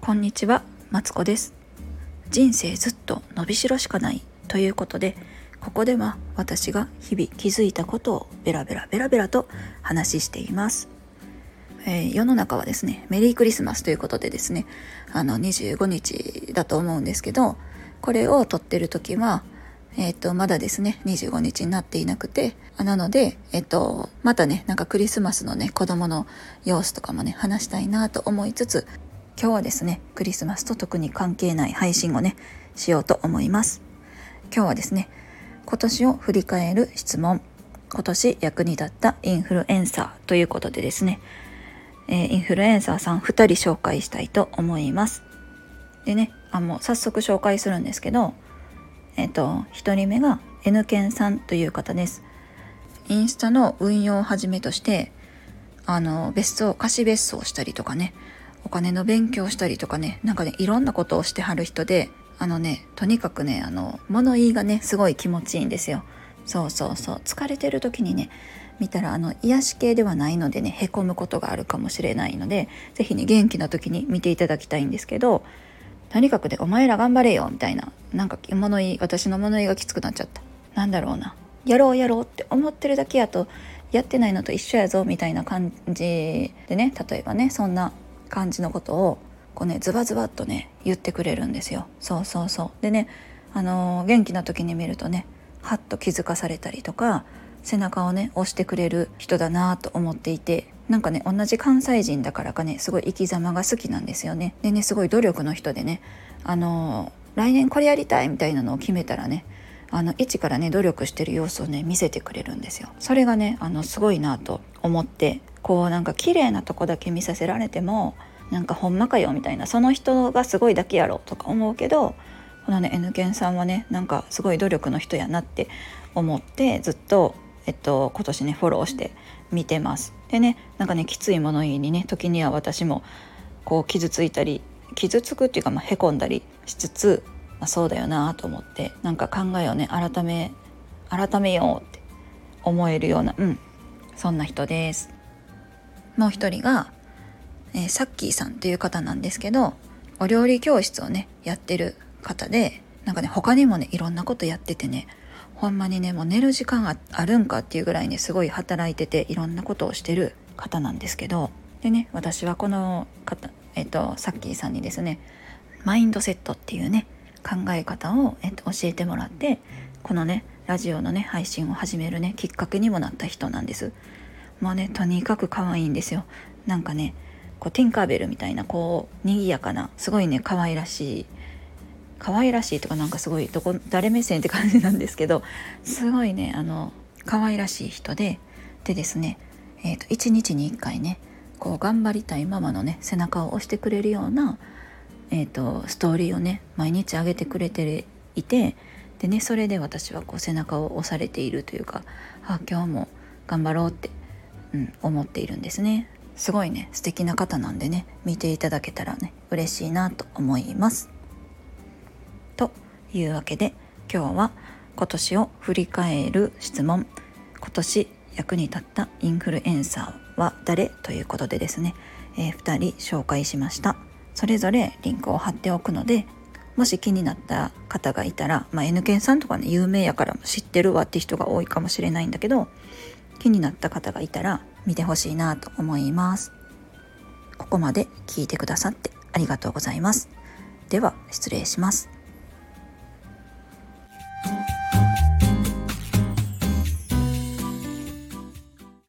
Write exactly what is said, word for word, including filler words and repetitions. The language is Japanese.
こんにちは、マツコです。人生ずっと伸びしろしかないということで、ここでは私が日々気づいたことをベラベラベラベラと話しています。えー、世の中はですね、メリークリスマスということでですね、あのにじゅうごにちだと思うんですけど、これを撮ってる時はえっとまだですねにじゅうごにちになっていなくて、なのでえっとまたねなんかクリスマスのね子供の様子とかもね話したいなと思いつつ、今日はですねクリスマスと特に関係ない配信をねしようと思います。今日はですね、今年を振り返る質問、今年役に立ったインフルエンサーということでですね、えー、インフルエンサーさんふたり紹介したいと思います。でね、あもう早速紹介するんですけど、えっとひとりめが N ケンさんという方です。インスタの運用をはじめとして、あの別荘貸別荘したりとかね、お金の勉強したりとかね、なんかねいろんなことをしてはる人で、あのねとにかくねあの物言いがねすごい気持ちいいんですよ。そうそうそう、疲れてる時にね見たら、あの癒し系ではないのでねへこむことがあるかもしれないので、ぜひね元気な時に見ていただきたいんですけど、とにかくでお前ら頑張れよみたいな、なんか物言い、私の物言いがきつくなっちゃった。なんだろうな、やろうやろうって思ってるだけやとやってないのと一緒やぞみたいな感じでね、例えばねそんな感じのことをこうねズバズバっとね言ってくれるんですよ。そうそうそう。でね、あのー、元気な時に見るとねはっと気づかされたりとか、背中をね押してくれる人だなと思っていて、なんかね同じ関西人だからかねすごい生き様が好きなんですよね。でねすごい努力の人でね、あのー、来年これやりたいみたいなのを決めたらね、あの一からね努力してる様子をね見せてくれるんですよ。それがねあのすごいなと思って、こうなんか綺麗なとこだけ見させられてもなんかほんまかよみたいな、その人がすごいだけやろとか思うけど、このね N ケンさんはねなんかすごい努力の人やなって思って、ずっとえっと今年ねフォローして見てます。でね、なんかねきつい物言いにね時には私もこう傷ついたり、傷つくっていうかまあへこんだりしつつ、まあ、そうだよなと思って、なんか考えをね改め改めようって思えるような、うんそんな人です。もう一人が、えー、サッキーさんっていう方なんですけど、お料理教室をねやってる方で、なんかね他にもねいろんなことやっててね、ほんまにねもう寝る時間 あ, あるんかっていうぐらいねすごい働いてて、いろんなことをしてる方なんですけど、でね私はこの方、えっとサッキーさんにですねマインドセットっていうね考え方を、えっと、教えてもらって、このねラジオのね配信を始めるねきっかけにもなった人なんです。もうねとにかく可愛いんですよ。なんかねこうティンカーベルみたいな、こう賑やかな、すごいね可愛らしい可愛らしいとか、なんかすごいどこ誰目線って感じなんですけど、すごいねあの可愛らしい人で、でですね、えーと、いちにちにいっかいねこう頑張りたいママのね背中を押してくれるような、えーと、ストーリーをね毎日上げてくれていて、でねそれで私はこう背中を押されているというか、あ今日も頑張ろうって、うん、思っているんですね。すごいね素敵な方なんでね、見ていただけたらね嬉しいなと思います。というわけで今日は今年を振り返る質問、今年役に立ったインフルエンサーは誰ということでですね、えー、ふたり紹介しました。それぞれリンクを貼っておくので、もし気になった方がいたら、まあ、N ケンさんとかね有名やから知ってるわって人が多いかもしれないんだけど、気になった方がいたら見てほしいなと思います。ここまで聞いてくださってありがとうございます。では失礼します。